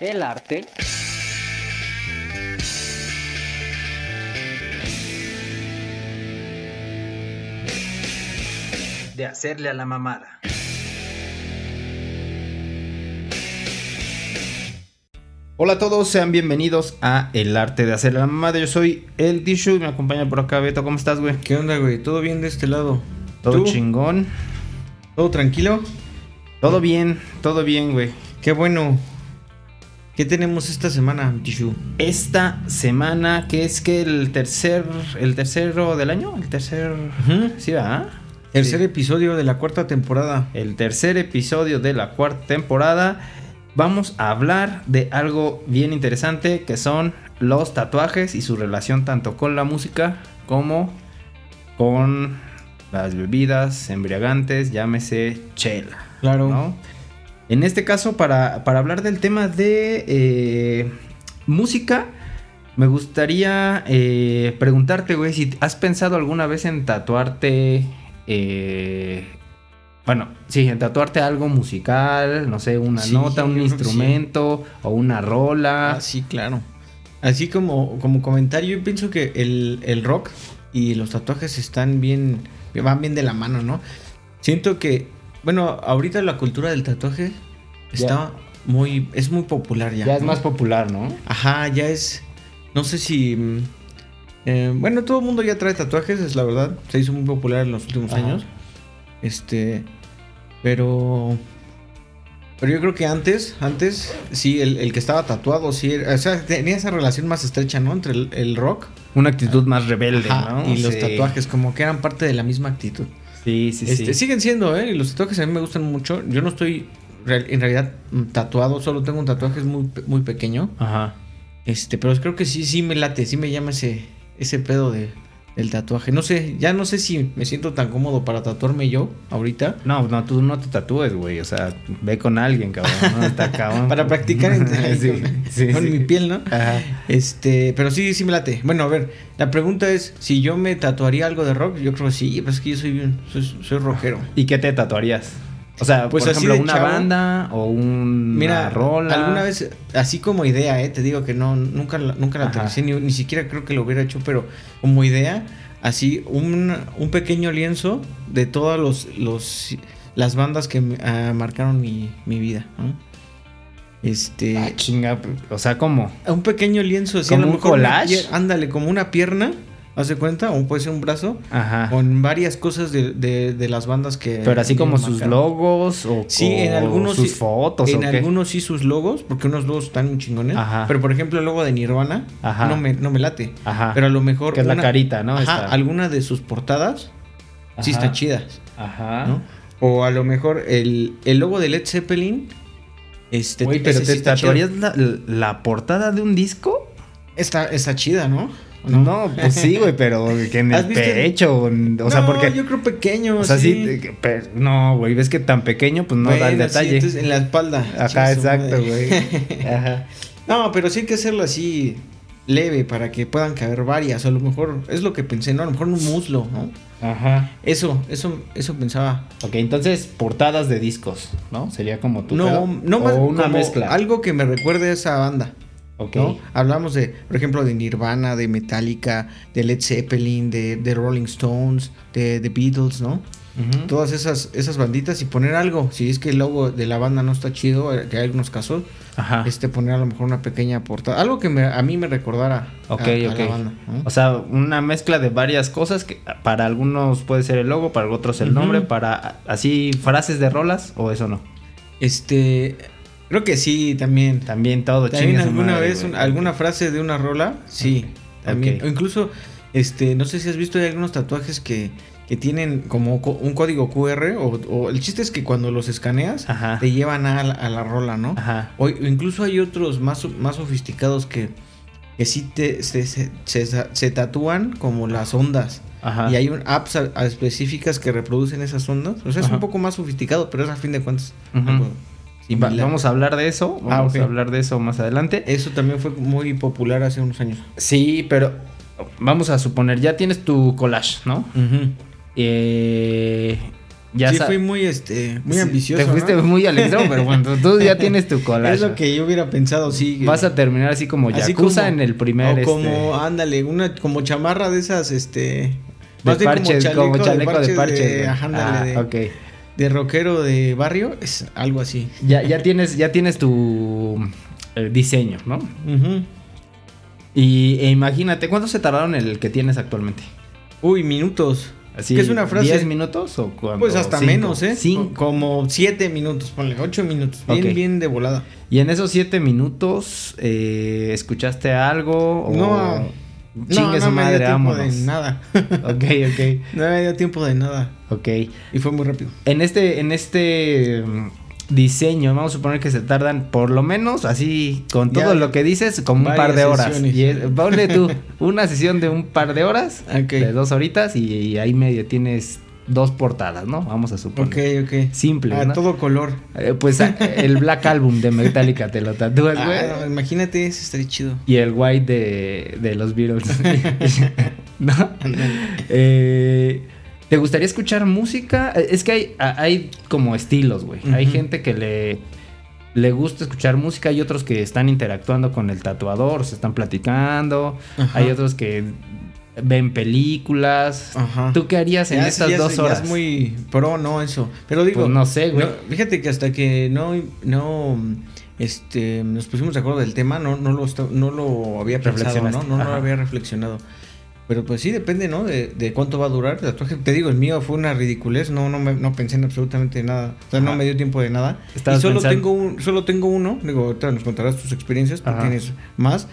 El arte de hacerle a la mamada. Hola a todos, sean bienvenidos a El arte de hacerle a la mamada. Yo soy el Tishu y me acompaña por acá Beto. ¿Cómo estás, güey? ¿Qué onda, güey? ¿Todo bien de este lado? ¿Todo ¿Tú? chingón? ¿Todo tranquilo? Todo bien, güey. Qué bueno. ¿Qué tenemos esta semana, Tishu? Esta semana, que es que el tercero del año, sí, ¿verdad? Tercer episodio de la cuarta temporada. El tercer episodio de la cuarta temporada. Vamos a hablar de algo bien interesante, que son los tatuajes y su relación tanto con la música como con las bebidas embriagantes, llámese chela. Claro. ¿No? En este caso, para hablar del tema de música, me gustaría preguntarte, güey, si has pensado alguna vez en tatuarte, en tatuarte algo musical, no sé, una nota, un instrumento o una rola. Ah, sí, claro. Así como comentario, yo pienso que el rock y los tatuajes van bien de la mano, ¿no? Siento que, bueno, ahorita la cultura del tatuaje es muy popular ya. Ya es más popular, ¿no? Ajá, ya es, no sé si, bueno, todo el mundo ya trae tatuajes, es la verdad, se hizo muy popular en los últimos años. Pero yo creo que antes sí, el que estaba tatuado, sí, o sea, tenía esa relación más estrecha, ¿no? Entre el rock. Una actitud más rebelde, ajá, ¿no? Y los tatuajes, como que eran parte de la misma actitud. Sí. Siguen siendo, y los tatuajes a mí me gustan mucho. Yo no estoy en realidad tatuado, solo tengo un tatuaje muy, muy pequeño. Ajá. Pero creo que sí me late, sí me llama ese pedo del tatuaje. No sé, ya no sé si me siento tan cómodo para tatuarme yo ahorita. No, tú no te tatúes, güey. O sea, ve con alguien, cabrón. ¿No? Está cabrón. Para practicar con mi piel, ¿no? Ajá. Pero sí me late. Bueno, a ver, la pregunta es, si yo me tatuaría algo de rock, yo creo que sí, pues es que yo soy rockero. ¿Y qué te tatuarías? O sea, pues por ejemplo, una chavo, banda o una rola. Alguna vez, así como idea, te digo que no, nunca la aterricé, ni siquiera creo que lo hubiera hecho, pero como idea, así un pequeño lienzo de todas las bandas que marcaron mi vida, ¿no? Chinga, o sea, ¿cómo? Un pequeño lienzo, así, como un collage. Ándale, como una pierna. ¿Haz de cuenta? O puede ser un brazo. Ajá. Con varias cosas de las bandas que... Pero así como sus logos o, sí, en algunos sus fotos. En algunos sí sus logos, porque unos logos están muy chingones. Ajá. Pero por ejemplo el logo de Nirvana no me late. Ajá. Pero a lo mejor... Que es la carita, ¿no? Ajá, alguna de sus portadas sí están chidas. Ajá. ¿no? O a lo mejor el logo de Led Zeppelin. Oye, pero ¿te tatuarías la portada de un disco? Está chida, ¿no? No, pues sí, güey, pero que en el pecho, o sea, porque... yo creo pequeño, o sea, sí, no, güey, ves que tan pequeño, pues no da el detalle. Sí, entonces en la espalda. Ajá, exacto, güey. Ajá. No, pero sí hay que hacerlo así leve para que puedan caber varias, o a lo mejor, es lo que pensé, ¿no? A lo mejor un muslo, ¿no? Ajá. Eso pensaba. Ok, entonces, portadas de discos, ¿no? Sería como tu no más, o una como mezcla. Algo que me recuerde a esa banda. Ok. ¿No? Hablamos por ejemplo, de Nirvana, de Metallica, de Led Zeppelin, de Rolling Stones, de The Beatles, ¿no? Uh-huh. Todas esas banditas, y poner algo. Si es que el logo de la banda no está chido, que hay algunos casos, ajá, poner a lo mejor una pequeña portada, algo que a mí me recordara a la banda, ¿no? O sea, una mezcla de varias cosas que para algunos puede ser el logo, para otros el nombre, para así frases de rolas, o eso no. Creo que sí, también. También todo. También alguna vez alguna frase de una rola, sí, también. O incluso, no sé si has visto, hay algunos tatuajes que tienen como un código QR, o el chiste es que cuando los escaneas, ajá, te llevan a la rola, ¿no? Ajá. O incluso hay otros más sofisticados que sí se tatúan como las ondas. Ajá. Y hay apps específicas que reproducen esas ondas. O sea, es un poco más sofisticado, pero es a fin de cuentas algo vamos a hablar de eso. Vamos a hablar de eso más adelante. Eso también fue muy popular hace unos años. Sí, pero vamos a suponer, ya tienes tu collage, ¿no? Uh-huh. Sí, fui muy ambicioso. Te fuiste, ¿no?, muy al extremo, pero bueno, tú ya tienes tu collage. Es lo que yo hubiera pensado, sí. Vas a terminar así como Yakuza en el primer... O como, ándale, como chamarra de esas, más bien como chaleco de parche. Ok. De rockero de barrio, es algo así. Ya tienes tu diseño, ¿no? Uh-huh. Y imagínate, ¿cuánto se tardaron el que tienes actualmente? Uy, minutos. Así, ¿qué es una frase? ¿10 minutos o cuánto? Pues hasta 5, menos, ¿eh? 5. Como 7 minutos, ponle 8 minutos. Bien de volada. ¿Y en esos 7 minutos escuchaste algo? O... No. Chingue su madre, vámonos. No me dio tiempo de nada. Ok. No me dio tiempo de nada. Ok. Y fue muy rápido. En este diseño, vamos a suponer que se tardan por lo menos, así, con todo lo que dices, como un par de horas. Ponle tú una sesión de un par de horas, de 2 horitas, y ahí medio tienes 2 portadas, ¿no? Vamos a suponer. Ok. Simple, ¿no? Todo color. Pues el Black Album de Metallica te lo tatúas, güey. No, imagínate, eso estaría chido. Y el White de los Beatles. ¿No? ¿Te gustaría escuchar música? Es que hay como estilos, güey. Uh-huh. Hay gente que le gusta escuchar música, hay otros que están interactuando con el tatuador, se están platicando. Uh-huh. Hay otros que ven películas. Ajá. ¿Tú qué harías en estas 2 horas? Ya es muy pro, no, eso. Pero digo, pues no sé, güey. Fíjate que hasta que no nos pusimos de acuerdo del tema, no lo había pensado, ¿no? No lo había reflexionado. Pero pues sí depende, ¿no? De cuánto va a durar el tatuaje. Te digo, el mío fue una ridiculez, no pensé en absolutamente nada. O sea, no me dio tiempo de nada. Y solo tengo uno. Digo, ahorita nos contarás tus experiencias, tú tienes más.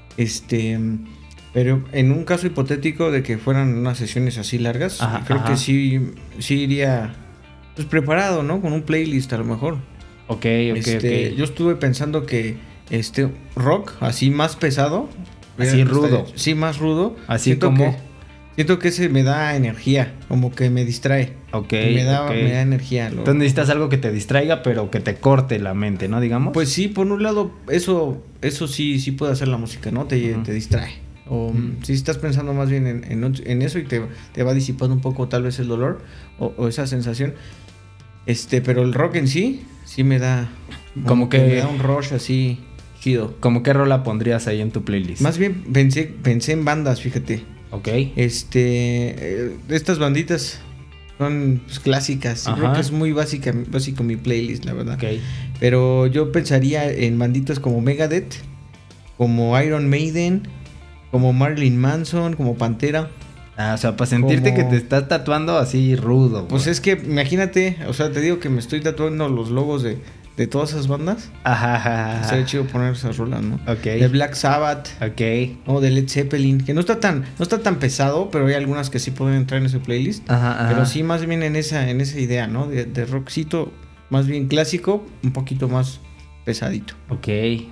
Pero en un caso hipotético de que fueran unas sesiones así largas, creo que sí iría pues preparado, ¿no? Con un playlist a lo mejor. Ok. Yo estuve pensando que rock así más pesado, así rudo. Sí, más rudo. Así como siento que ese me da energía, como que me distrae. Ok. Me da energía. Entonces necesitas algo que te distraiga, pero que te corte la mente, ¿no? Digamos. Pues sí, por un lado, eso sí puede hacer la música, ¿no? Te distrae. O si estás pensando más bien en eso y te va disipando un poco tal vez el dolor o esa sensación. Pero el rock en sí me da como que me da un rush así chido. ¿Cómo qué rola pondrías ahí en tu playlist? Más bien pensé en bandas, fíjate. Ok. Estas banditas son pues, clásicas. Yo creo que es muy básico mi playlist, la verdad. Ok. Pero yo pensaría en banditas como Megadeth, como Iron Maiden, como Marilyn Manson, como Pantera. O sea, para sentirte que te estás tatuando así rudo, güey. Pues es que, imagínate, o sea, te digo que me estoy tatuando los logos de todas esas bandas. Ajá. Sería chido poner esas rolas, ¿no? Ok. De Black Sabbath. Ok. O de Led Zeppelin, que no está tan pesado, pero hay algunas que sí pueden entrar en ese playlist. Ajá. Pero sí más bien en esa idea, ¿no? De rockcito, más bien clásico, un poquito más pesadito. Ok.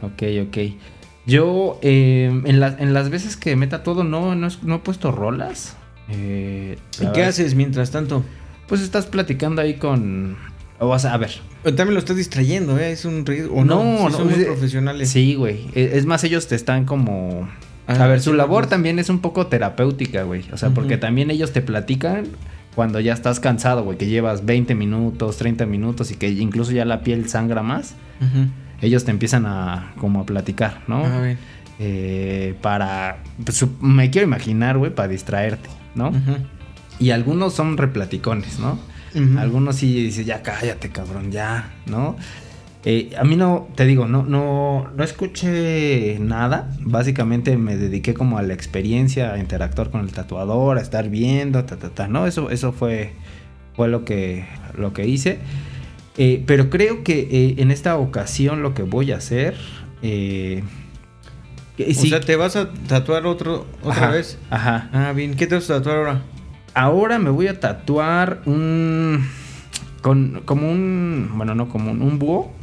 Yo, en las veces que me he tatuado, no he puesto rolas. ¿Y qué haces mientras tanto? Pues estás platicando ahí con... O sea, a ver. También lo estás distrayendo, ¿eh? Es un riesgo. ¿O no? Sí, son muy profesionales. Sí, güey. Es más, ellos te están como... A ver, su labor también es un poco terapéutica, güey. O sea, porque también ellos te platican cuando ya estás cansado, güey. Que llevas 20 minutos, 30 minutos y que incluso ya la piel sangra más. Ellos te empiezan a platicar, ¿no? A ver. Pues, me quiero imaginar, güey, para distraerte, ¿no? Y algunos son replaticones, ¿no? Algunos sí dicen, ya cállate, cabrón, ya, ¿no? A mí no, te digo, no escuché nada. Básicamente me dediqué como a la experiencia, a interactuar con el tatuador, a estar viendo, ¿no? Eso fue lo que hice. Pero creo que en esta ocasión lo que voy a hacer... o sea, ¿te vas a tatuar otra vez? Ajá. Ah, bien. ¿Qué te vas a tatuar ahora? Ahora me voy a tatuar un búho.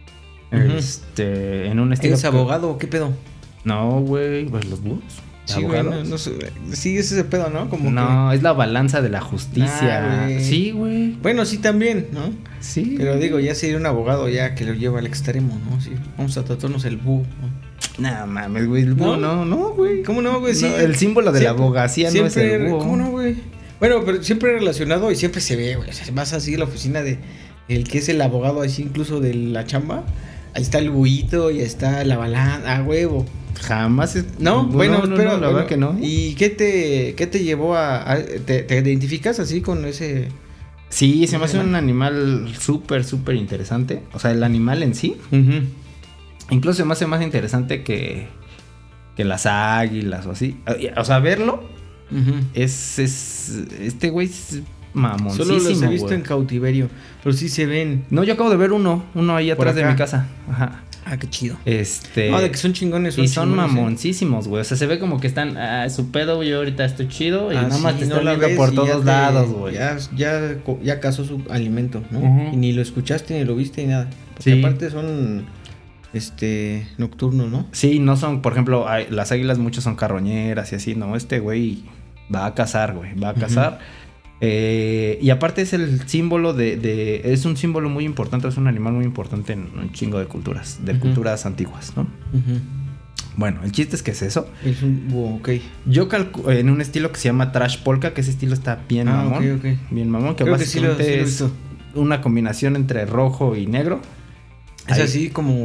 En un estilo... ¿Eres abogado o qué pedo? No, güey, pues los búhos. Sí, güey, no sé. Sí, es ese pedo, ¿no? Es la balanza de la justicia. Güey. Sí, güey. Bueno, sí también, ¿no? Sí. Pero digo, ya sería un abogado ya que lo lleva al extremo, ¿no? Sí, vamos a tatuarnos el búho, ¿no? Nah, mames, güey, el búho no, güey. ¿Cómo no, güey? Sí, el símbolo de la abogacía no es el búho. ¿Cómo no, güey? Bueno, pero siempre relacionado y siempre se ve, güey. O sea, vas así a la oficina de el que es el abogado, así incluso de la chamba. Ahí está el buito y está la balanza, huevo. Jamás es... No, bueno, no, pero la verdad que no. ¿Y qué te llevó te identificas así con ese? Sí, se me hace un animal súper, súper interesante. O sea, el animal en sí. Uh-huh. Incluso se me hace más interesante que las águilas o así. O sea, verlo es este güey es mamoncísimo. Solo los he visto güey. en cautiverio, pero sí se ven. No, yo acabo de ver uno ahí atrás de mi casa. Ajá. Ah, qué chido. No, de que son chingones. Y son mamoncísimos, güey. O sea, se ve como que están su pedo, güey, ahorita estoy chido. Y nada más te están viendo por todos lados, güey. Ya cazó su alimento, ¿no? Uh-huh. Y ni lo escuchaste, ni lo viste, ni nada. Porque Sí. aparte son nocturnos, ¿no? Sí, no son, por ejemplo, las águilas muchas son carroñeras y así, ¿no? Este güey va a cazar, güey. Va a cazar. Y aparte es el símbolo es un símbolo muy importante, es un animal muy importante en un chingo de culturas, culturas antiguas, ¿no? Bueno, el chiste es que es eso. Es un ok. Yo calculo en un estilo que se llama Trash Polka, que ese estilo está bien mamón. Okay. Bien mamón, que creo básicamente que sí lo es una combinación entre rojo y negro. Es así como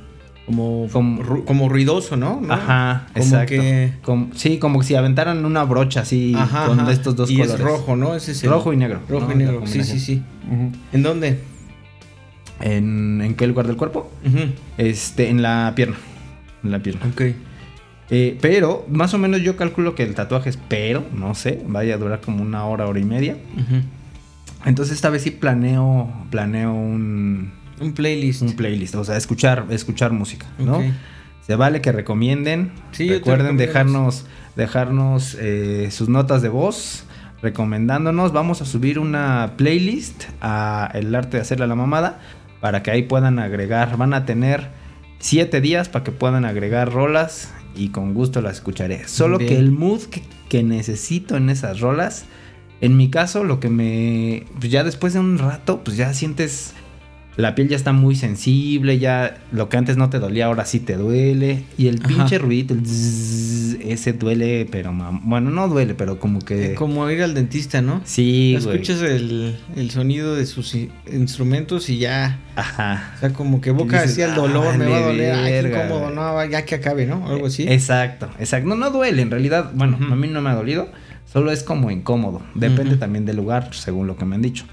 ruidoso, ¿no? Ajá, como exacto. Que... sí, como si aventaran una brocha así con estos dos colores. Y es rojo, ¿no? Ese es rojo y negro. Rojo y negro, sí. ¿En dónde? ¿En qué lugar del cuerpo? En la pierna. En la pierna. Ok. Pero, más o menos yo calculo que el tatuaje no sé, vaya a durar como una hora y media. Entonces esta vez sí planeo un playlist. Un playlist, o sea, escuchar música, ¿no? Okay. Se vale que recomienden. Sí, recuerden dejarnos sus notas de voz recomendándonos. Vamos a subir una playlist a El Arte de Hacerle a la Mamada para que ahí puedan agregar. Van a tener 7 días para que puedan agregar rolas y con gusto las escucharé. Solo que el mood que necesito en esas rolas, en mi caso, pues ya después de un rato, pues ya sientes... La piel ya está muy sensible, ya lo que antes no te dolía, ahora sí te duele. Y el pinche ruidito, el zzz, ese duele, pero bueno, no duele, pero como que... Como ir al dentista, ¿no? Sí, güey. Escuchas el sonido de sus instrumentos y ya... Ajá. O sea, como que evoca así el dolor, me va a doler, ay, qué incómodo, no, ya que acabe, ¿no? Algo así. Exacto. No duele, en realidad, bueno, a mí no me ha dolido, solo es como incómodo. Depende también del lugar, según lo que me han dicho.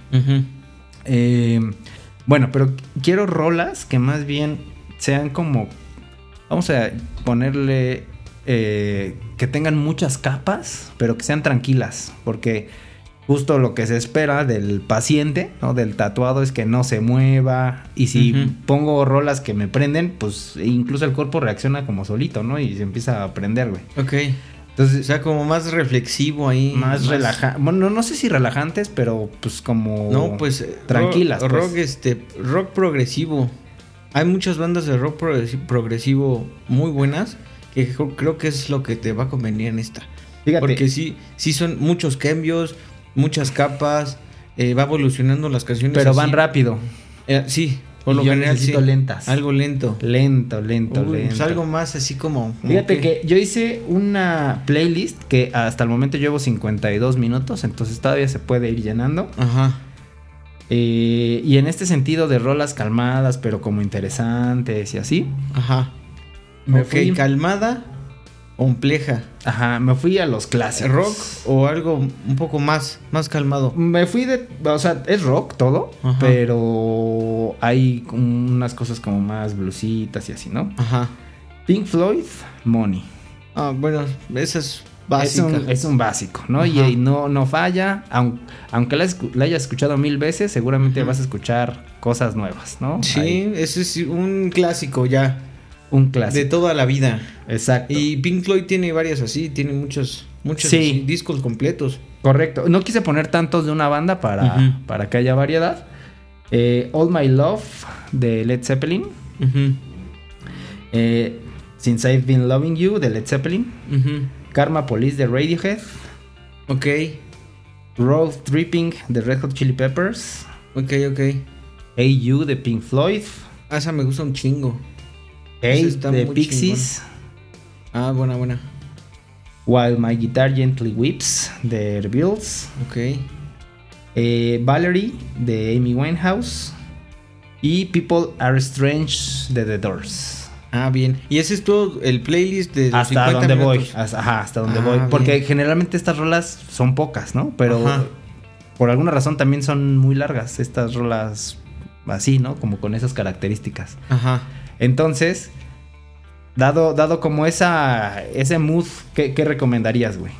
Bueno, pero quiero rolas que más bien sean como... Vamos a ponerle... que tengan muchas capas, pero que sean tranquilas. Porque justo lo que se espera del paciente, ¿no? Del tatuado, es que no se mueva. Y si pongo rolas que me prenden, pues incluso el cuerpo reacciona como solito, ¿no? Y se empieza a prender, güey. Ok. Entonces, o sea, como más reflexivo ahí. Más relajante. Bueno, no sé si relajantes, pero pues como... No, pues... tranquilas. Rock progresivo. Hay muchas bandas de rock progresivo muy buenas, que creo que es lo que te va a convenir en esta. Fíjate. Porque sí son muchos cambios, muchas capas, va evolucionando las canciones. Pero así. Van rápido. Sí. Por lo general, necesito lentas. Algo lento. Lento. Pues algo más así como... Fíjate que yo hice una playlist que hasta el momento llevo 52 minutos, entonces todavía se puede ir llenando. Ajá. Y en este sentido de rolas calmadas, pero como interesantes y así. Ajá. Me fui calmada, compleja. Ajá, me fui a los clásicos. ¿Rock o algo un poco más calmado? Me fui o sea, es rock todo, pero hay unas cosas como más bluesitas y así, ¿no? Ajá. Pink Floyd, Money. Ah, bueno, esa es básica. Es un básico, ¿no? Y no falla, aunque la hayas escuchado 1000 veces, seguramente vas a escuchar cosas nuevas, ¿no? Sí, ese es un clásico ya. Un clásico. De toda la vida. Exacto. Y Pink Floyd tiene varias así, tiene muchos así, discos completos. Correcto. No quise poner tantos de una banda para que haya variedad. All My Love de Led Zeppelin. Since I've Been Loving You de Led Zeppelin. Karma Police de Radiohead. Ok. Road Tripping de Red Hot Chili Peppers. Ok. Hey You de Pink Floyd. Esa me gusta un chingo. Hey de Pixies. Chingón. Ah, buena. While My Guitar Gently Weeps de The Beatles. Ok. Valerie de Amy Winehouse. Y People Are Strange de The Doors. Ah, bien. Y ese es todo el playlist de los Hasta 50 donde minutos. voy. Hasta donde voy. Bien. Porque generalmente estas rolas son pocas, ¿no? Pero Ajá. por alguna razón también son muy largas estas rolas así, ¿no? Como con esas características. Ajá. Entonces, dado como ese mood, ¿qué recomendarías, güey?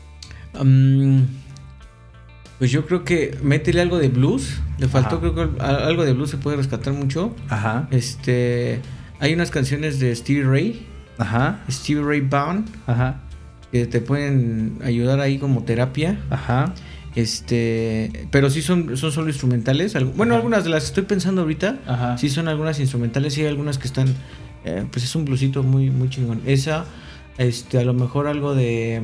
Pues yo creo que métele algo de blues. Le faltó, Ajá. creo que algo de blues se puede rescatar mucho. Ajá. Hay unas canciones de Stevie Ray Vaughan, Ajá. que te pueden ayudar ahí como terapia. Ajá. Pero sí son solo instrumentales. Bueno, Ajá. algunas de las que estoy pensando ahorita, Ajá. sí son algunas instrumentales, y hay algunas que están, pues es un bluesito muy, muy chingón. Esa, a lo mejor algo de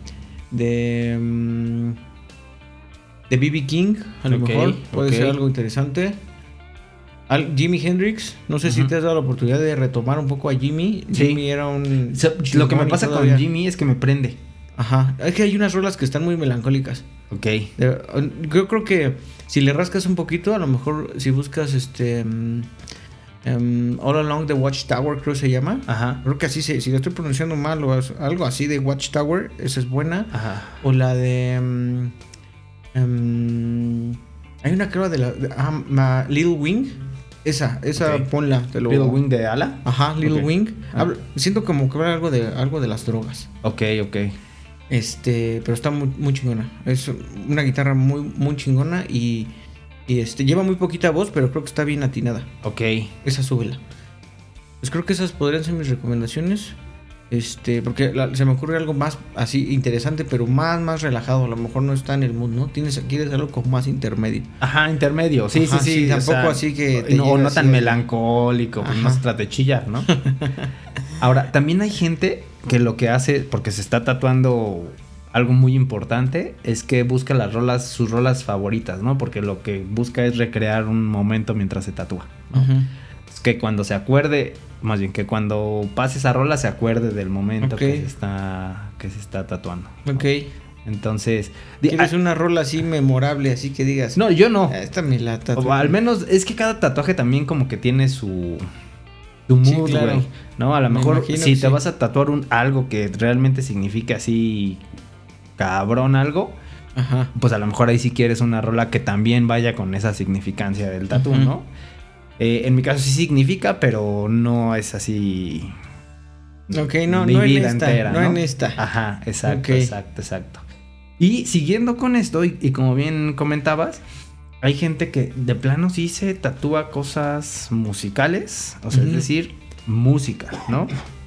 B.B. King, a lo Ok, mejor puede ok. ser algo interesante. Jimi Hendrix, no sé si Ujú. te has dado la oportunidad de retomar un poco a Jimi. Sí. Jimi era un... Lo que me chingón y pasa todavía- con Jimmy es que me prende. Ajá, es que hay unas rolas que están muy melancólicas. Ok. Yo creo que si le rascas un poquito, a lo mejor si buscas All Along the Watchtower, creo que se llama. Ajá. Creo que así si lo estoy pronunciando mal o algo así de Watchtower, esa es buena. Ajá. O la de hay una creo de Little Wing. Esa Ok. ponla, te lo... Little Wing de Ala. Ajá, Little Ok. Wing. Ah. Siento como que habla algo de las drogas. Ok. Pero está muy, muy chingona. Es una guitarra muy, muy chingona y lleva muy poquita voz, pero creo que está bien atinada. Ok. Esa súbela. Pues creo que esas podrían ser mis recomendaciones. Porque se me ocurre algo más así interesante, pero más relajado. A lo mejor no está en el mood, ¿no? Quieres algo como más intermedio. Ajá, intermedio. Sí, Ajá, sí. tampoco así que te no llega tan así melancólico, pues Ajá. no se trata de chillar, ¿no? Ahora, también hay gente que lo que hace, porque se está tatuando algo muy importante, es que busca sus rolas favoritas, ¿no? Porque lo que busca es recrear un momento mientras se tatúa, ¿no? Ujú. Es que cuando se acuerde, más bien que cuando pase esa rola se acuerde del momento Ok. que se está tatuando, ¿no? Ok. Entonces, ¿Quieres una rola así memorable, así que digas? no, yo no. Esta me la tatué. O al menos es que cada tatuaje también como que tiene su mood, Sí, güey, claro. ¿no? A lo Me mejor imagino si que te sí. vas a tatuar algo que realmente signifique así cabrón algo, Ajá. pues a lo mejor ahí sí quieres una rola que también vaya con esa significancia del tatu, Ujú. ¿no? En mi caso sí significa, pero no es así. Ok, no mi en vida esta, entera, no en esta. Ajá, exacto, Ok. exacto. Y siguiendo con esto, y como bien comentabas, hay gente que de plano sí se tatúa cosas musicales, o sea, es Ujú. decir, música, ¿no?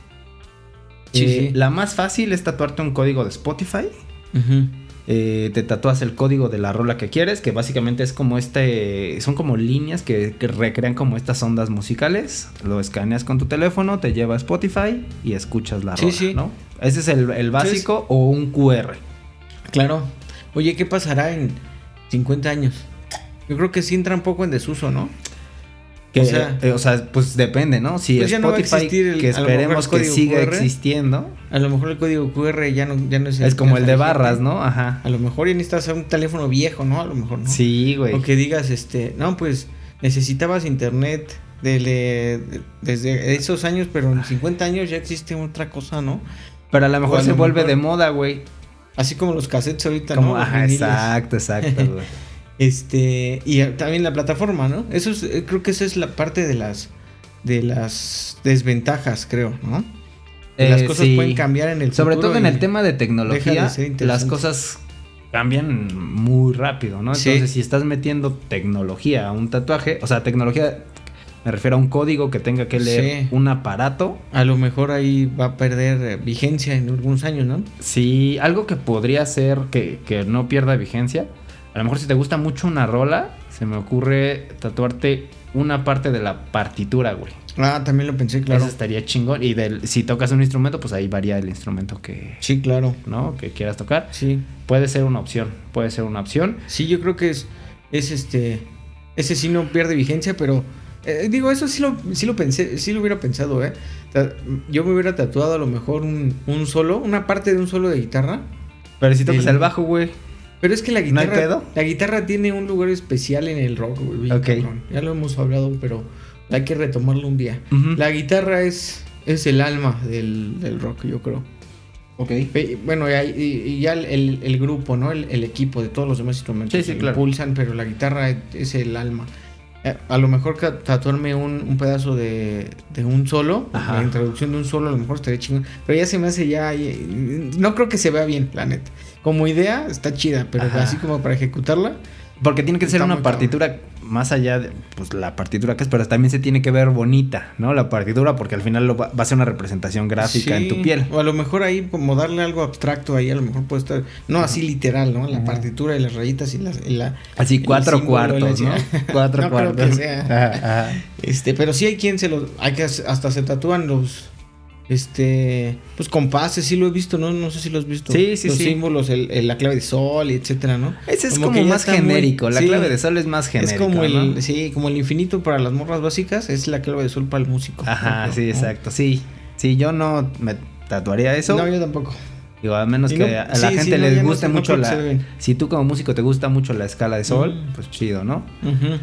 Sí. La más fácil es tatuarte un código de Spotify. Ujú. Te tatúas el código de la rola que quieres, que básicamente es como son como líneas que recrean como estas ondas musicales. Lo escaneas con tu teléfono, te lleva a Spotify y escuchas la Sí, rola, sí. ¿no? Ese es el básico, o un QR. Claro. Oye, ¿qué pasará en 50 años? Yo creo que sí entra un poco en desuso, ¿no? Que, O sea, pues depende, ¿no? Si pues ya no va a Spotify, existir que a lo mejor esperemos el que código siga QR. existiendo, A lo mejor el código QR ya no es como el de vigente. barras, ¿no? Ajá. A lo mejor ya necesitas un teléfono viejo, ¿no? A lo mejor, ¿no? Sí, güey. O que digas, no, pues necesitabas internet desde esos años, pero en 50 años ya existe otra cosa, ¿no? Pero a lo mejor a se lo vuelve mejor- de moda, güey. Así como los cassettes ahorita, Como, ¿no? Los ajá, viniles. exacto, güey. Y también la plataforma, ¿no? Eso creo que esa es la parte de las desventajas, creo, ¿no? Que las cosas Sí. pueden cambiar en el Sobre futuro todo en y el tema de deja tecnología, de ser interesante. las cosas cambian muy rápido, ¿no? Sí. Entonces, si estás metiendo tecnología a un tatuaje, o sea, tecnología, me refiero a un código que tenga que leer Sí. un aparato. A lo mejor ahí va a perder vigencia en algunos años, ¿no? Sí, algo que podría ser que no pierda vigencia. A lo mejor si te gusta mucho una rola, se me ocurre tatuarte una parte de la partitura, güey. Ah, también lo pensé, claro. Eso estaría chingón. Y si tocas un instrumento, pues ahí varía el instrumento que, Sí, claro. ¿no? que quieras tocar. Sí. Puede ser una opción. Sí, yo creo que es ese sí no pierde vigencia, pero Digo, eso sí lo pensé, sí lo hubiera pensado, O sea, yo me hubiera tatuado a lo mejor un solo, una parte de un solo de guitarra. Pero si tocas el bajo, güey. Pero es que la ¿No hay guitarra, pedo? la guitarra tiene un lugar especial en el rock, güey. Ok. Cabrón. Ya lo hemos hablado, pero hay que retomarlo un día. Ujú. La guitarra es el alma del rock, yo creo. Ok. Bueno, y ya el grupo, ¿no? El equipo de todos los demás instrumentos Sí, se claro. impulsan, pero la guitarra es el alma. A lo mejor tatuarme un pedazo de un solo, Ajá. la introducción de un solo, a lo mejor estaría chingón. Pero ya se me hace no creo que se vea bien, la neta. Como idea está chida, pero Ajá. así como para ejecutarla. Porque tiene que ser Está una muy partitura más allá de pues, la partitura que es, pero también se tiene que ver bonita, ¿no? La partitura, porque al final va a ser una representación gráfica Sí, en tu piel. O a lo mejor ahí como darle algo abstracto ahí, a lo mejor puede estar, no así literal, ¿no? La partitura y las rayitas y la Así el 4 símbolo, cuartos, la- ¿no? 4 No creo cuartos. que sea. Ajá, ajá. Pero sí hay quien hay que hasta se tatúan los pues compases, sí lo he visto, ¿no? No sé si lo has visto. Sí, sí, los sí. símbolos, la clave de sol, y etcétera, ¿no? Ese es que como ya más está muy- genérico. La sí, clave de sol es más genérico. es como ¿no? como el infinito para las morras básicas, es la clave de sol para el músico. Ajá, ¿no? sí, exacto. Sí, yo no me tatuaría eso. No, yo tampoco. Digo, a menos Y que no- a la sí, gente sí, no, les ya no guste sé, no mucho creo que se ve bien. Si tú como músico te gusta mucho la escala de sol, Mm. pues chido, ¿no? Ujú.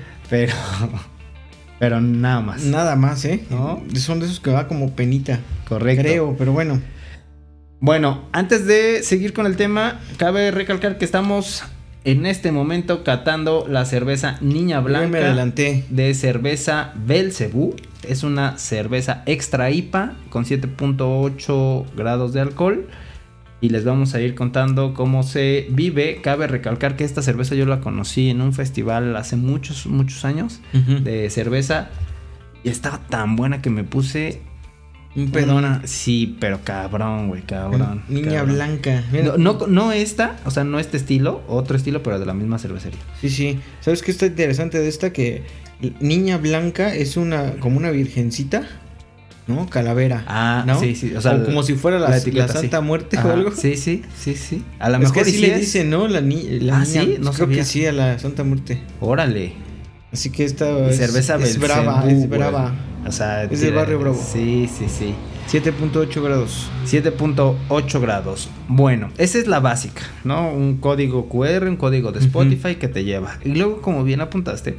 Pero nada más. Nada más, ¿No? Son de esos que va como penita. Correcto. Creo, pero bueno. Bueno, antes de seguir con el tema, cabe recalcar que estamos en este momento catando la cerveza Niña Ya me Blanca adelanté. de cerveza Belcebú. Es una cerveza extra IPA con 7.8 grados de alcohol. Y les vamos a ir contando cómo se vive. Cabe recalcar que esta cerveza yo la conocí en un festival hace muchos años de cerveza. Y estaba tan buena que me puse Un pedona. Sí, pero cabrón, güey, cabrón. Niña cabrón. Blanca. Mira. No esta, o sea, no este estilo, otro estilo, pero de la misma cervecería. Sí, sí. ¿Sabes qué está interesante de esta? Que Niña Blanca es como una virgencita, ¿no? Calavera. Ah, ¿no? sí, sí. O sea, como si fuera la etiqueta, Santa sí. Muerte Ajá, o algo. Sí. A lo Es mejor que y así sí le es. dicen, ¿no? La niña. ¿sí? No creo sabía. que sí, a la Santa Muerte. Órale. Así que esta Y cerveza es brava, Belcebú, es brava. güey. O sea, Es del barrio Bravo. Sí. 7.8 grados. 7.8 grados. Bueno, esa es la básica, ¿no? Un código QR, un código de Spotify que te lleva. Y luego, como bien apuntaste,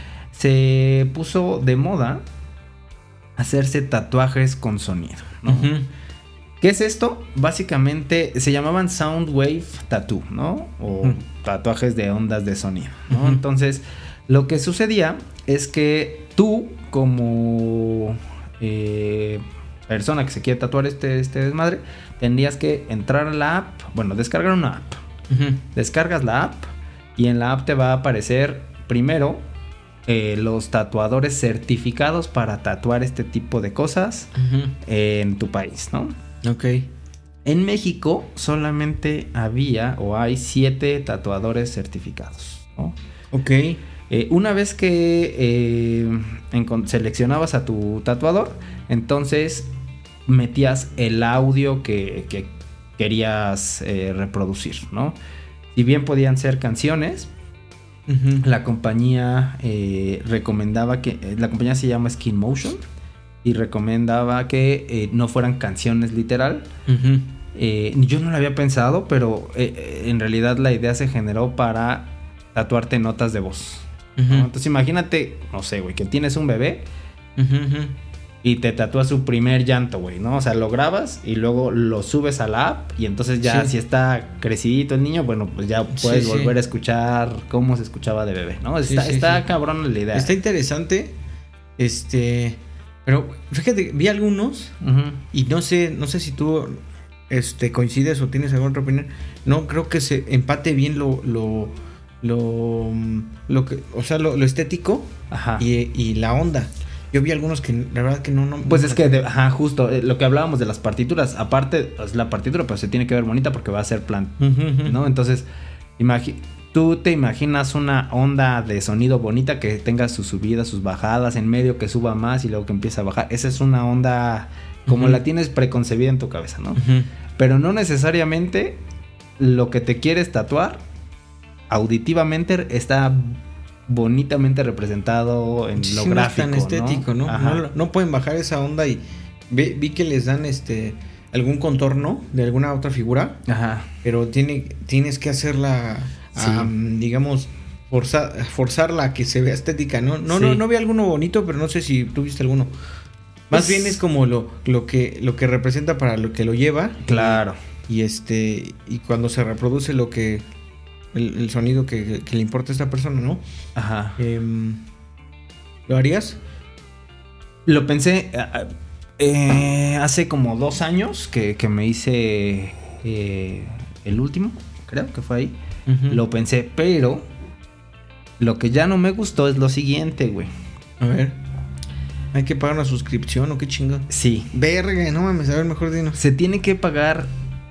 se puso de moda hacerse tatuajes con sonido, ¿no? Ujú. ¿Qué es esto? Básicamente se llamaban Soundwave Tattoo, ¿no? O tatuajes de ondas de sonido, ¿no? Ujú. Entonces, lo que sucedía es que tú, como persona que se quiere tatuar este desmadre, tendrías que entrar a la app, bueno, descargar una app. Ujú. Descargas la app y en la app te va a aparecer primero los tatuadores certificados para tatuar este tipo de cosas Ujú. en tu país, ¿no? Ok. En México solamente había o hay 7 tatuadores certificados, ¿no? Ok. Una vez que seleccionabas a tu tatuador, entonces metías el audio que querías reproducir, ¿no? Si bien podían ser canciones, Ujú. la compañía recomendaba que... la compañía se llama Skin Motion y recomendaba que no fueran canciones literal. Ujú. Yo no lo había pensado, pero en realidad la idea se generó para tatuarte notas de voz, ¿no? Ujú. Entonces imagínate, no sé, güey, que tienes un bebé Ujú, ujú. y te tatúas su primer llanto, güey, ¿no? O sea, lo grabas y luego lo subes a la app y entonces ya Sí. si está crecidito el niño, bueno, pues ya puedes Sí, sí. volver a escuchar cómo se escuchaba de bebé, ¿no? Sí, Está sí. cabrón la idea. Está interesante. Pero fíjate, vi algunos Ujú. y no sé si tú coincides o tienes alguna otra opinión. No creo que se empate bien lo que, o sea, lo estético Ajá. y la onda. Yo vi algunos que la verdad que no. Pues es que, justo, lo que hablábamos de las partituras, aparte, es la partitura, pues se tiene que ver bonita porque va a ser plan, Ujú, ujú. ¿no? Entonces, tú te imaginas una onda de sonido bonita que tenga sus subidas, sus bajadas, en medio que suba más y luego que empieza a bajar. Esa es una onda como Ujú. la tienes preconcebida en tu cabeza, ¿no? Ujú. Pero no necesariamente lo que te quieres tatuar auditivamente está bonitamente representado en lo Sí, no es gráfico, tan estético, ¿no? No pueden bajar esa onda y vi que les dan algún contorno de alguna otra figura, Ajá. pero tienes que hacerla, Sí. digamos, forzarla a que se vea estética, ¿no? No vi alguno bonito, pero no sé si tú viste alguno. Más Pues, bien es como lo que representa para lo que lo lleva. Claro. Y y cuando se reproduce el sonido que le importa a esta persona, ¿no? Ajá. ¿Lo harías? Lo pensé hace como 2 años que me hice el último, creo que fue ahí. Uh-huh. Lo pensé, pero lo que ya no me gustó es lo siguiente, güey. A ver. ¿Hay que pagar una suscripción o qué chingo? Sí. Verga, no mames, a ver, mejor dinos. Se tiene que pagar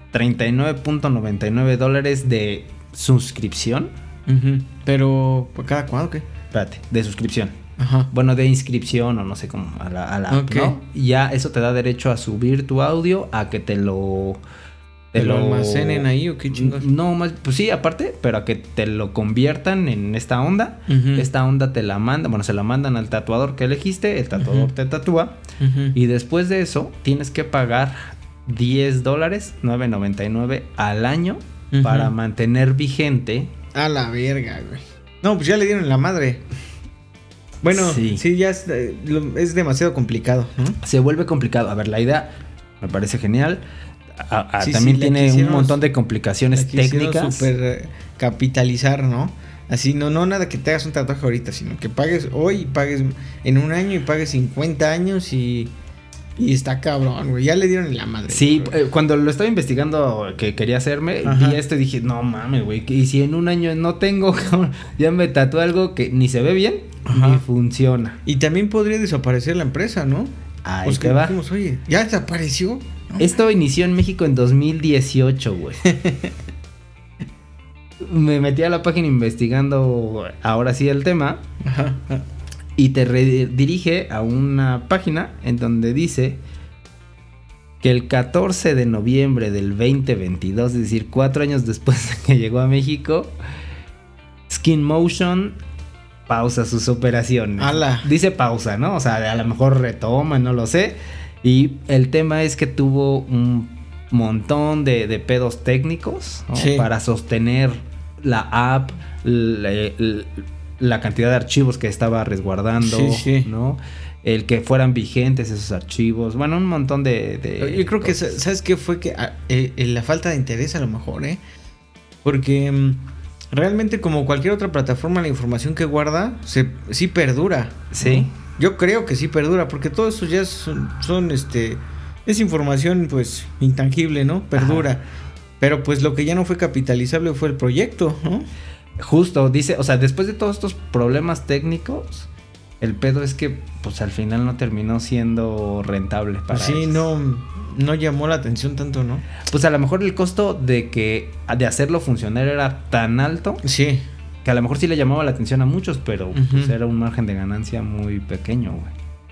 $39.99 de suscripción. Uh-huh. Pero, ¿cada cuándo o qué? Espérate, de suscripción. Ajá. Bueno, de inscripción o no sé cómo, a la app, Ok. ¿no? Y ya eso te da derecho a subir tu audio, a que te lo almacenen ahí o qué chingos. No, más, pues sí, aparte, pero a que te lo conviertan en esta onda. Uh-huh. Esta onda te la manda, bueno, se la mandan al tatuador que elegiste, el tatuador te tatúa. Uh-huh. Y después de eso, tienes que pagar $10, $9.99 al año para mantener vigente. A la verga, güey. No, pues ya le dieron la madre. Bueno, sí ya es demasiado complicado, ¿no? Se vuelve complicado. A ver, la idea me parece genial. Sí, también sí, tiene un montón de complicaciones técnicas. Super capitalizar, ¿no? Así, no nada que te hagas un tatuaje ahorita, sino que pagues hoy y pagues en un año y pagues 50 años y está cabrón, güey. Ya le dieron en la madre. Sí, cuando lo estaba investigando que quería hacerme, Ajá. vi esto y dije, no mames, güey. Y si en un año no tengo, ya me tatué algo que ni se ve bien, Ajá. ni funciona. Y también podría desaparecer la empresa, ¿no? Ahí Pues te que va. dijimos, oye, ya desapareció. ¿No? Esto inició en México en 2018, güey. Me metí a la página investigando ahora sí el tema. Ajá. Y te redirige a una página en donde dice que el 14 de noviembre del 2022, es decir, 4 años después de que llegó a México, Skin Motion pausa sus operaciones. ¡Hala! Dice pausa, ¿no? O sea, a lo mejor retoma, no lo sé. Y el tema es que tuvo un montón de pedos técnicos, ¿no? Sí. Para sostener la app, la cantidad de archivos que estaba resguardando, sí. ¿no? El que fueran vigentes esos archivos. Bueno, un montón de Yo creo cosas. que, ¿sabes qué fue? Que la falta de interés a lo mejor, ¿eh? Porque realmente como cualquier otra plataforma, la información que guarda sí perdura. Sí. ¿No? Yo creo que sí perdura, porque todo eso ya es información pues intangible, ¿no? Perdura. Ajá. Pero pues lo que ya no fue capitalizable fue el proyecto, ¿no? Justo, dice, o sea, después de todos estos problemas técnicos, el pedo es que pues al final no terminó siendo rentable para sí, ellos. No llamó la atención tanto, ¿no? Pues a lo mejor el costo de hacerlo funcionar era tan alto. Sí. Que a lo mejor sí le llamaba la atención a muchos, pero pues era un margen de ganancia muy pequeño, güey.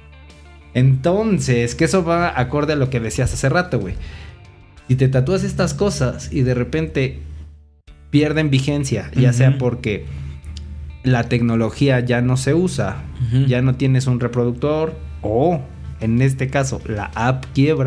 Entonces, que eso va acorde a lo que decías hace rato, güey. Si te tatúas estas cosas y de repente pierden vigencia, ya sea porque la tecnología ya no se usa, ya no tienes un reproductor, o en este caso la app quiebra,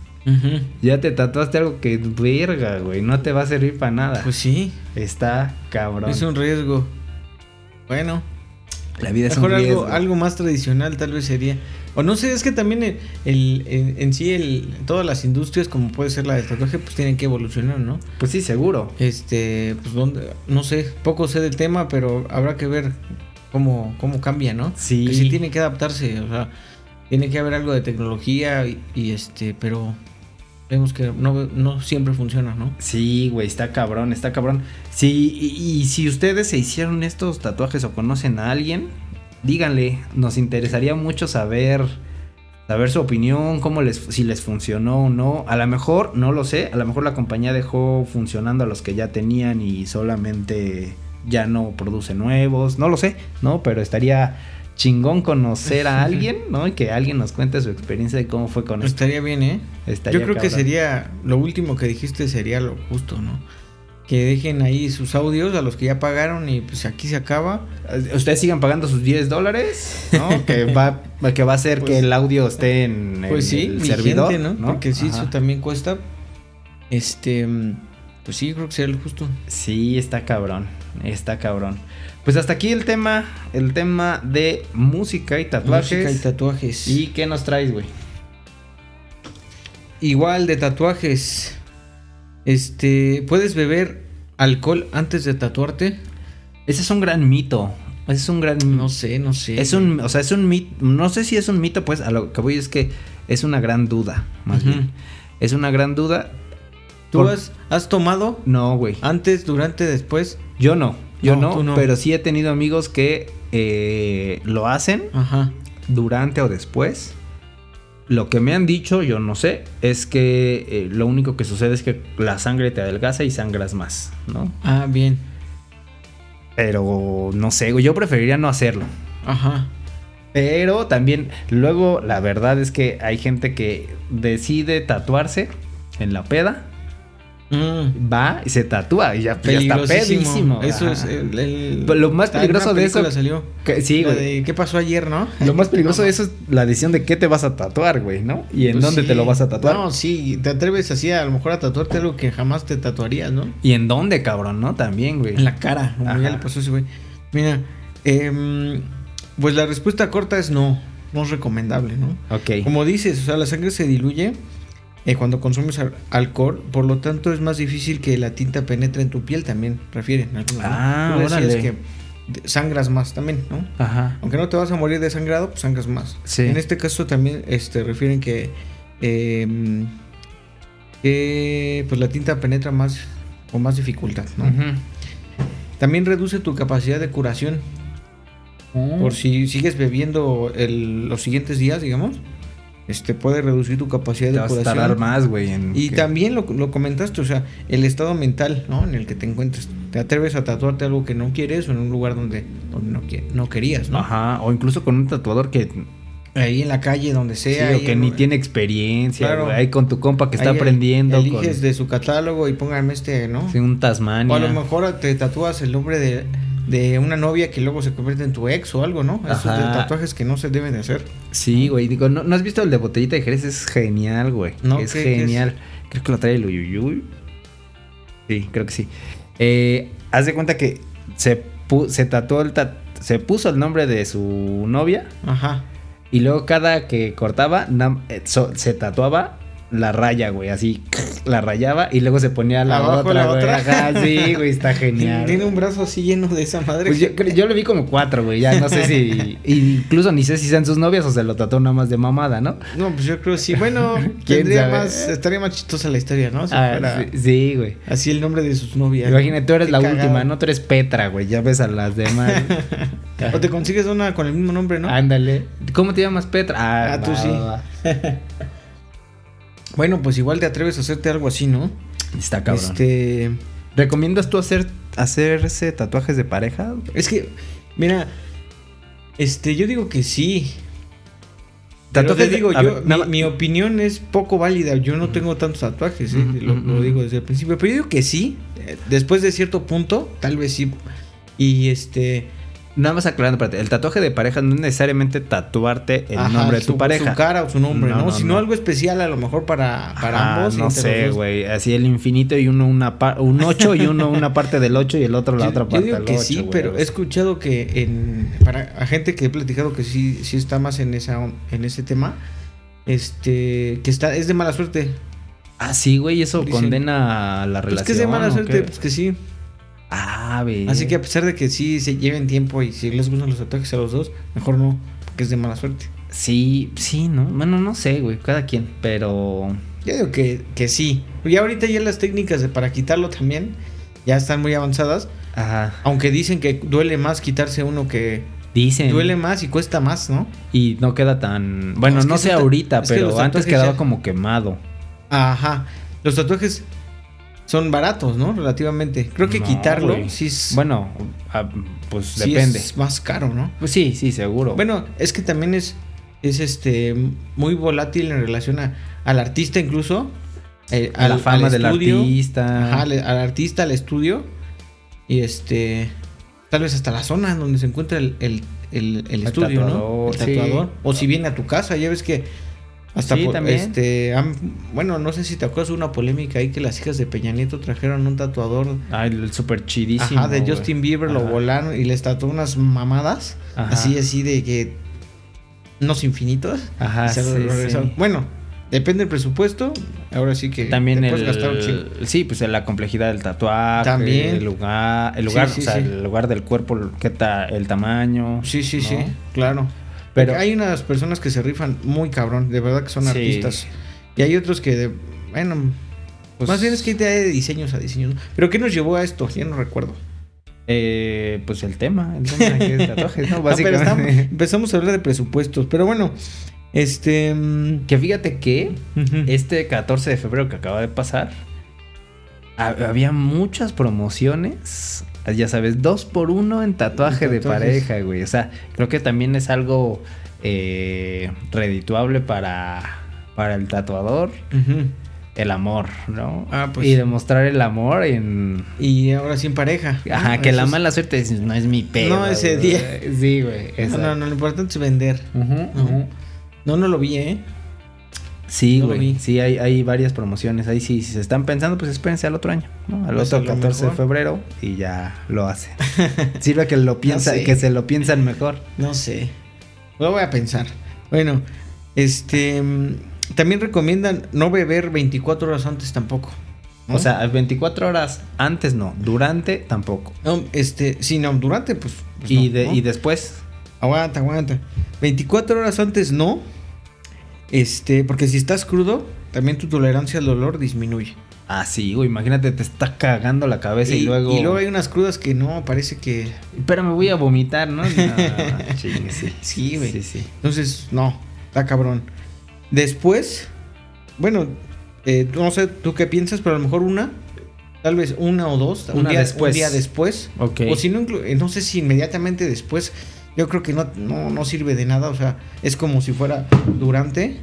ya te tatuaste algo que verga, güey, no te va a servir para nada. Pues sí. Está cabrón. Es un riesgo. Bueno, la vida es mejor un riesgo. algo más tradicional tal vez sería. O no sé, es que también en sí todas las industrias, como puede ser la del tatuaje, pues tienen que evolucionar, ¿no? Pues sí, seguro. Pues no sé, poco sé del tema, pero habrá que ver cómo cambia, ¿no? Sí. Que sí tiene que adaptarse, o sea, tiene que haber algo de tecnología pero vemos que no siempre funciona, ¿no? Sí, güey, está cabrón. Sí, y si ustedes se hicieron estos tatuajes o conocen a alguien, díganle, nos interesaría mucho saber su opinión, si les funcionó o no. A lo mejor, no lo sé, a lo mejor la compañía dejó funcionando a los que ya tenían y solamente ya no produce nuevos, no lo sé, ¿no? Pero estaría chingón conocer a alguien, ¿no? Y que alguien nos cuente su experiencia de cómo fue con esto. Estaría bien, ¿eh? Estaría Yo creo cabrón. que sería, lo último que dijiste sería lo justo, ¿no? que dejen ahí sus audios a los que ya pagaron y pues aquí se acaba. Ustedes sigan pagando sus $10, ¿no? que va a hacer pues, que el audio esté en pues sí, el vigente, servidor, ¿no? Porque sí, eso también cuesta. Pues sí, creo que sería lo justo. Sí, está cabrón. Pues hasta aquí el tema de música y tatuajes. ¿Y qué nos traes, güey? Igual de tatuajes. ¿Puedes beber alcohol antes de tatuarte? Ese es un gran mito. No sé. Es un mito. No sé si es un mito, pues a lo que voy es que es una gran duda, más bien. Es una gran duda. ¿Tú has tomado? No, güey. ¿Antes, durante, después? Yo no, pero sí he tenido amigos que lo hacen durante o después. Lo que me han dicho, yo no sé, es que lo único que sucede es que la sangre te adelgaza y sangras más, ¿no? Ah, bien. Pero no sé, yo preferiría no hacerlo. Ajá. Pero también, luego, la verdad es que hay gente que decide tatuarse en la peda. Va y se tatúa y ya está pedísimo. Eso es lo más peligroso de eso. Salió. Sí, güey. ¿Qué pasó ayer, no? Lo más peligroso de eso es la decisión de qué te vas a tatuar, güey, ¿no? Y en dónde te lo vas a tatuar. No, sí, te atreves así a lo mejor a tatuarte algo que jamás te tatuarías, ¿no? Y en dónde, cabrón, ¿no? También, güey. En la cara, como ya le pasó a ese güey. Mira, pues la respuesta corta es no es recomendable, ¿no? Ok. Como dices, o sea, la sangre se diluye cuando consumes alcohol, por lo tanto es más difícil que la tinta penetre en tu piel, también refieren. Órale. Es que sangras más también, ¿no? Ajá. Aunque no te vas a morir de sangrado, pues sangras más. Sí. En este caso también refieren que pues la tinta penetra más con más dificultad, ¿no? También reduce tu capacidad de curación. Por si sigues bebiendo los siguientes días, digamos, puede reducir tu capacidad de curación. Te vas a tardar más, güey. Y también lo comentaste, o sea, el estado mental, ¿no? En el que te encuentres. Te atreves a tatuarte algo que no quieres o en un lugar donde no querías, ¿no? Ajá, o incluso con un tatuador que... Ahí en la calle, donde sea. Sí, o que ni tiene experiencia, claro, güey. Ahí con tu compa que está aprendiendo. Eliges de su catálogo y póngame ¿no? Sí, un Tasmania. O a lo mejor te tatúas el nombre de una novia que luego se convierte en tu ex o algo, ¿no? Esos tatuajes que no se deben de hacer. Sí, güey. Digo, ¿no has visto el de Botellita de Jerez? Es genial, güey. No, es genial. Creo que lo trae el Uyuyuy. Sí, creo que sí. Haz de cuenta que se tatuó se puso el nombre de su novia. Ajá. Y luego cada que cortaba se tatuaba la raya, güey, así la rayaba y luego se ponía abajo la otra. Ajá, sí, güey, está genial. Tiene un brazo así lleno de esa madre. Pues yo lo vi como 4, güey, ya no sé si incluso ni sé si sean sus novias o se lo tatuó nada más de mamada, ¿no? No, pues yo creo que sí. Bueno, estaría más chistosa la historia, ¿no? Si sí, güey. Así el nombre de sus novias. Imagínate, tú eres la última, no, tú eres Petra, güey, ya ves a las demás. O te consigues una con el mismo nombre, ¿no? Ándale. ¿Cómo te llamas, Petra? Tú sí. Bueno, pues igual te atreves a hacerte algo así, ¿no? Está cabrón. ¿Recomiendas tú hacerse tatuajes de pareja? Es que, mira, yo digo que sí. Tatuajes, mi opinión es poco válida. Yo no tengo tantos tatuajes, lo digo desde el principio. Pero yo digo que sí. Después de cierto punto, tal vez sí. Y nada más aclarando, espérate, el tatuaje de pareja no es necesariamente tatuarte el nombre de tu pareja. Su cara o su nombre, ¿no? Sino algo especial a lo mejor para ambos. No sé, güey. Así el infinito y un 8 y una parte del 8 y el otro la otra parte del 8. Yo digo que sí, güey, pero he escuchado que a gente que he platicado que sí está más en ese tema, es de mala suerte. Ah, sí, güey, eso dicen, condena a la relación. Pues que es de mala suerte, pues que sí. Ah, ve. Así que a pesar de que sí se lleven tiempo y si les gustan los tatuajes a los dos, mejor no, porque es de mala suerte. Sí, ¿no? Bueno, no sé, güey, cada quien, pero... Yo digo que sí. Y ahorita ya las técnicas para quitarlo también ya están muy avanzadas. Ajá. Aunque dicen que duele más quitarse uno que... Dicen. Duele más y cuesta más, ¿no? Y no queda tan... Bueno, no sé ahorita, pero antes quedaba como quemado. Ajá. Los tatuajes... son baratos, ¿no? Relativamente. Creo que quitarlo sí es... Bueno, pues sí depende. Es más caro, ¿no? Pues sí, seguro. Bueno, es que también es muy volátil en relación al artista incluso. la fama del artista. Ajá, al artista, al estudio. Y tal vez hasta la zona en donde se encuentra el estudio, tatuador, ¿no? El tatuador. Sí. O si viene a tu casa, ya ves que hasta Sí, también. bueno, no sé si te acuerdas de una polémica ahí que las hijas de Peña Nieto trajeron un tatuador. Ay, el súper chidísimo. Ajá, de Justin Bieber, Ajá. lo volaron y les tatuó unas mamadas. Ajá. Así de que unos infinitos. Ajá, Y se lo sí, regresaron. sí. Bueno, depende del presupuesto. Ahora sí que También te puedes gastar un chingo. sí, pues la complejidad del tatuaje, También. el lugar, Sí, o sea, sí. el lugar del cuerpo, el tamaño. Sí, ¿no? sí, claro. Pero Pero hay unas personas que se rifan muy cabrón, de verdad que son Sí. artistas. Y hay otros que, bueno, pues, más bien es que hay de diseños a diseños, ¿no? Pero ¿qué nos llevó a esto? Ya no recuerdo. pues el tema que es tatuajes, ¿no? No, pero Básicamente. empezamos a hablar de presupuestos, pero bueno, Que fíjate que ujú. este 14 de febrero que acaba de pasar, había muchas promociones. Ya sabes, 2x1 en tatuaje de Tatuajes. pareja, güey. O sea, creo que también es algo redituable para el tatuador. Ujú. El amor, ¿no? Ah, pues. Y demostrar el amor en... Y ahora sin pareja. Ajá, ¿no? que Eso la es- mala suerte no es mi pedo. No, ese güey. día. Sí, güey. No, lo importante es vender. No lo vi, ¿eh? Sí, No lo güey. vi. Sí, hay varias promociones. Ahí sí, si se están pensando, pues espérense al otro año, ¿no? Al Pues otro a lo 14 de mejor. febrero y ya lo hacen. Sirve que lo piensa, sé. que se lo piensan mejor. No sé. Lo voy a pensar. Bueno, también recomiendan no beber 24 horas antes tampoco. ¿no? O sea, 24 horas antes no, durante tampoco. No, sí, no, durante, pues y, no, ¿no? y después. Aguanta. 24 horas antes no. Porque si estás crudo, también tu tolerancia al dolor disminuye. Ah, sí, güey. Imagínate, te está cagando la cabeza y luego. Y luego hay unas crudas que no, parece que. Pero me voy a vomitar, ¿no? No, chingue, sí. Sí, güey. Sí. Entonces, no, está cabrón. Después, bueno, no sé tú qué piensas, pero a lo mejor tal vez una o dos, Una después. Un día después. Ok. O si no, no sé si inmediatamente después, yo creo que no sirve de nada, o sea, es como si fuera durante,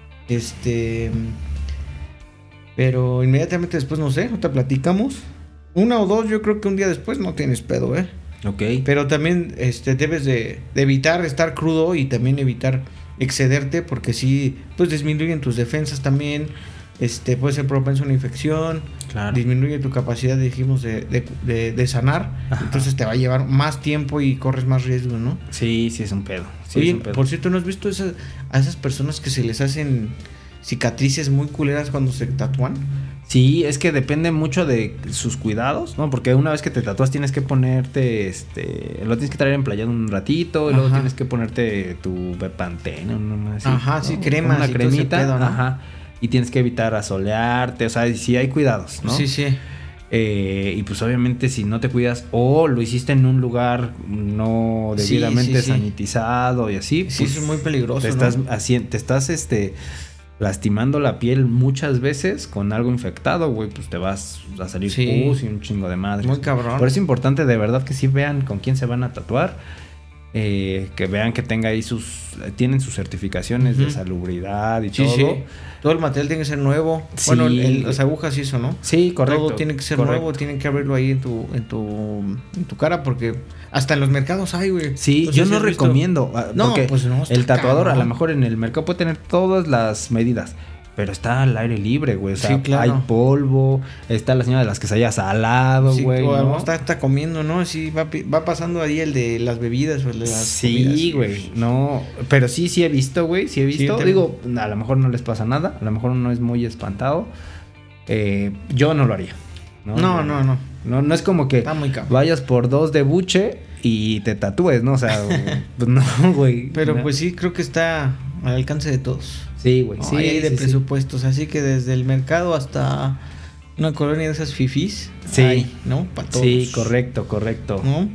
pero inmediatamente después, no sé, ahorita platicamos. Una o dos, yo creo que un día después no tienes pedo, Ok. Pero también debes de evitar estar crudo y también evitar excederte porque sí, pues disminuyen tus defensas también. Puede ser propenso a una infección, Claro. disminuye tu capacidad, dijimos, de sanar. Ajá. Entonces te va a llevar más tiempo y corres más riesgo, ¿no? Sí, es un pedo. Sí, Oye, es un pedo. por cierto, ¿no has visto a esas personas que se les hacen cicatrices muy culeras cuando se tatúan? Sí, es que depende mucho de sus cuidados, ¿no? Porque una vez que te tatúas tienes que ponerte, lo tienes que traer emplayado un ratito, y luego Ajá. tienes que ponerte tu Bepantene, ¿no? Así, Ajá, ¿no? sí, cremas Una y todo ese cremita, pedo, ¿no? ajá. Y tienes que evitar asolearte, o sea, sí hay cuidados, ¿no? Sí. Y pues obviamente si no te cuidas o lo hiciste en un lugar no Sí, debidamente sí. sanitizado y así, Sí, pues, eso es muy peligroso, te ¿no? estás lastimando la piel muchas veces con algo infectado, güey, pues te vas a salir Sí. pus y un chingo de madre. Muy cabrón. Por eso es importante de verdad que sí vean con quién se van a tatuar, que vean que tenga ahí tienen sus certificaciones de Ujú. salubridad y Sí, todo. sí. Todo el material tiene que ser nuevo. Sí. Bueno, las agujas y eso, ¿no? Sí, correcto. Todo tiene que ser correcto. nuevo, tienen que abrirlo ahí en tu cara porque hasta en los mercados hay, güey. Sí, No sé yo si no has visto. recomiendo. No, porque pues no, está el tatuador a cabrón. lo mejor en el mercado puede tener todas las medidas, pero está al aire libre, güey. O sea, Sí, claro. hay polvo, está la señora de las quesadillas al lado, Sí, güey. o a lo ¿no? mejor está comiendo, ¿no? Así va pasando ahí el de las bebidas o el de las Sí, comidas. güey. No, pero sí he visto, güey. Sí he Sí, visto. también. Digo, a lo mejor no les pasa nada. A lo mejor uno es muy espantado. Yo no lo haría. No es como que Está muy cabrón. vayas por 2 de buche y te tatúes, ¿no? O sea, pues no, güey. Pero No. pues sí, creo que está al alcance de todos. Sí, güey. No, Sí, hay de sí, sí. presupuestos, así que desde el mercado hasta una colonia de esas fifís. Sí. hay, ¿no? Para todos. Sí, correcto. ¿No?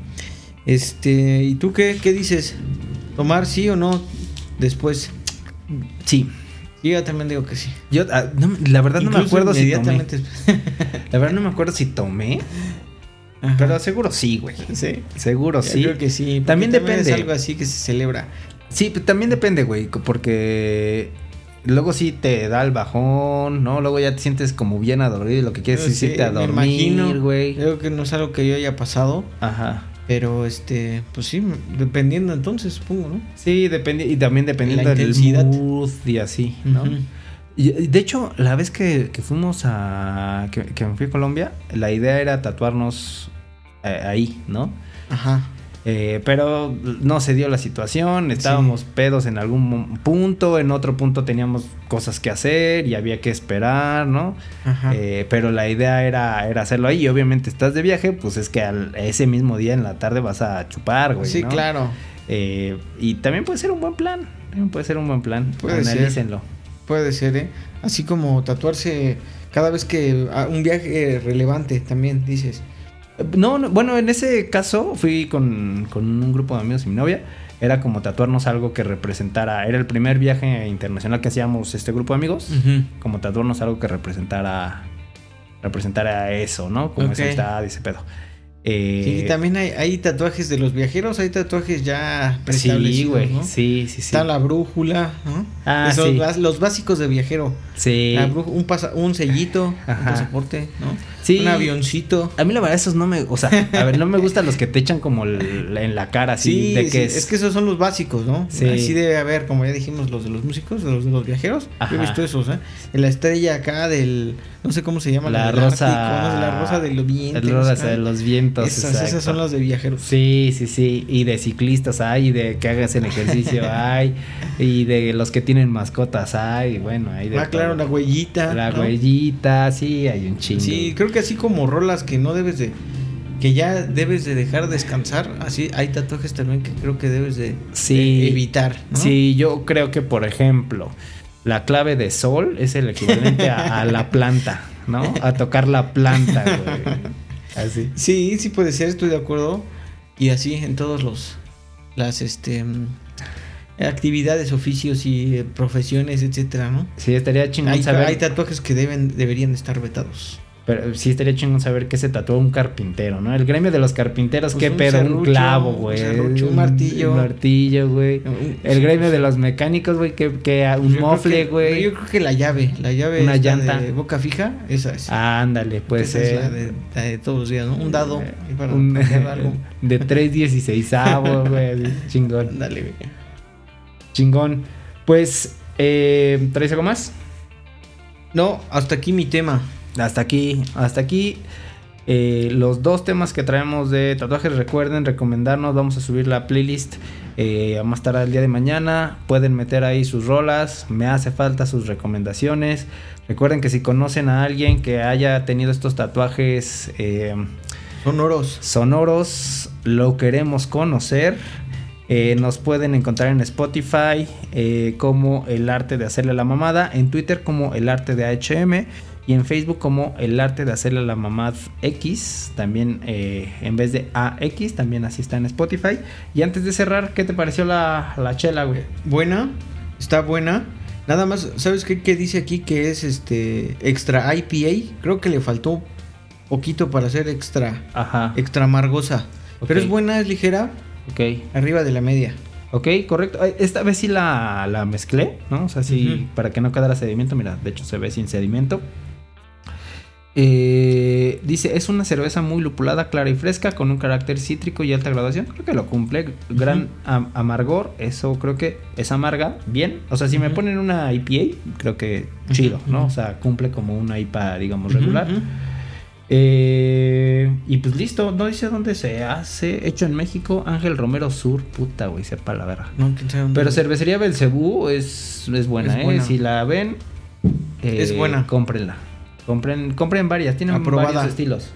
¿Y tú qué dices? ¿Tomar sí o no después? Sí. Yo también digo que sí. Yo, la verdad no me Incluso acuerdo si tomé. inmediatamente. La verdad no me acuerdo si tomé. Ajá. Pero seguro sí, güey. Sí. Seguro Yo sí. creo que sí. También porque depende. Es algo así que se celebra. Sí, también depende, güey. Porque luego sí te da el bajón, ¿no? Luego ya te sientes como bien adolorido y lo que quieres es irte a dormir, güey. Creo que no es algo que yo haya pasado. Ajá. Pero pues sí, dependiendo entonces, supongo, ¿no? Sí, depende, y también dependiendo del mood y así, ¿no? Uh-huh. Y, de hecho, la vez que fuimos que me fui a Colombia, la idea era tatuarnos ahí, ¿no? Ajá. Pero no se dio la situación, estábamos pedos en algún punto, en otro punto teníamos cosas que hacer y había que esperar, ¿no? Ajá. Pero la idea era hacerlo ahí y obviamente estás de viaje, pues es que ese mismo día en la tarde vas a chupar, güey, sí, ¿no? Claro. Y también puede ser un buen plan, analícenlo. Puede ser, así como tatuarse cada vez que un viaje relevante también, dices. No, bueno, en ese caso fui con un grupo de amigos y mi novia. Era como tatuarnos algo que representara. Era el primer viaje internacional que hacíamos este grupo de amigos. Uh-huh. Como tatuarnos algo que representara eso, ¿no? Como esa amistad y ese pedo. Sí, también hay tatuajes de los viajeros, hay tatuajes ya preestablecidos, sí, güey, ¿no? Sí. Está la brújula, ¿no? Sí. Los básicos de viajero. Sí. Un sellito, ajá, un pasaporte, ¿no? Sí. Un avioncito. A mí la verdad esos no me... O sea, a ver, no me gustan los que te echan como en la cara, así. Sí, de que es que esos son los básicos, ¿no? Sí. Así debe haber, como ya dijimos, los de los músicos, de los viajeros. Ajá. Yo he visto esos, En la estrella acá del... No sé cómo se llama. La rosa... Ártico, ¿no? La rosa de los vientos. La rosa de los vientos, esas son las de viajeros. Sí. Y de ciclistas hay, y de que hagas el ejercicio hay, y de los que tienen mascotas hay, bueno, hay de todo. Claro, la huellita. La huellita, sí, hay un chingo. Sí, creo que así como rolas que no debes de... Que ya debes de dejar descansar. Así hay tatuajes también que creo que debes de evitar, ¿no? Sí, yo creo que, por ejemplo, la clave de sol es el equivalente a la planta, ¿no? A tocar la planta, güey. Así. Sí puede ser, estoy de acuerdo. Y así en todos las actividades, oficios y profesiones, etcétera, ¿no? Sí, estaría chingón saber. Hay tatuajes que deberían estar vetados. Pero sí estaría chingón saber qué se tatuó un carpintero, ¿no? El gremio de los carpinteros, pues qué pedo, serrucho, un clavo, güey. Un martillo. Un martillo, güey. El gremio de los mecánicos, güey, que un mofle, güey. Yo creo que la llave una llanta de boca fija, esa es. Ándale, puede ser. Es la de todos los días, ¿no? Un dado para algo. De 3/16, güey. Chingón. Dale, güey. Chingón. Pues, ¿traes algo más? No, hasta aquí mi tema. Hasta aquí. Los 2 temas que traemos de tatuajes, recuerden recomendarnos. Vamos a subir la playlist a más tarde el día de mañana. Pueden meter ahí sus rolas. Me hace falta sus recomendaciones. Recuerden que si conocen a alguien que haya tenido estos tatuajes sonoros, lo queremos conocer. Nos pueden encontrar en Spotify como El Arte de Hacerle la Mamada, en Twitter como El Arte de AHM y en Facebook como El Arte de Hacerle la Mamada X, también en vez de AX, también así está en Spotify. Y antes de cerrar, ¿qué te pareció la chela, güey? Buena, está buena. Nada más, ¿sabes qué dice aquí? Que es extra IPA. Creo que le faltó poquito para ser extra amargosa. Okay. Pero es buena, es ligera. Ok. Arriba de la media. Ok, correcto. Esta vez sí la mezclé, ¿no? O sea, sí, para que no quedara sedimento. Mira, de hecho se ve sin sedimento. Dice, es una cerveza muy lupulada, clara y fresca, con un carácter cítrico y alta graduación. Creo que lo cumple. Gran amargor, eso creo que es amarga, bien. O sea, si me ponen una IPA, creo que chido, ¿no? O sea, cumple como una IPA, digamos, regular. Y pues listo, no dice dónde se hace. Hecho en México, Ángel Romero Sur. Puta, güey, sepa la verga. No, quién sabe dónde. Pero Cervecería Belcebú es buena, buena. Si la ven, es buena. Cómprenla. Compren varias, tienen aprobada. Varios estilos.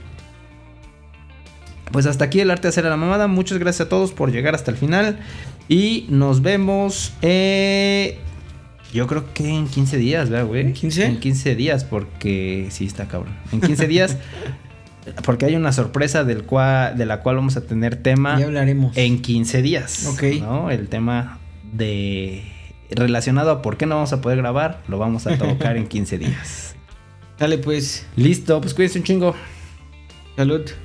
Pues hasta aquí El Arte de Hacer a la Mamada. Muchas gracias a todos por llegar hasta el final. Y nos vemos yo creo que en 15 días, ¿verdad, güey? ¿En 15? En 15 días, porque sí está cabrón. En 15 días, porque hay una sorpresa de la cual vamos a tener tema. Ya hablaremos. En 15 días. Ok. ¿No? El tema relacionado a por qué no vamos a poder grabar, lo vamos a tocar en 15 días. Dale, pues. Listo, pues cuídense un chingo. Salud.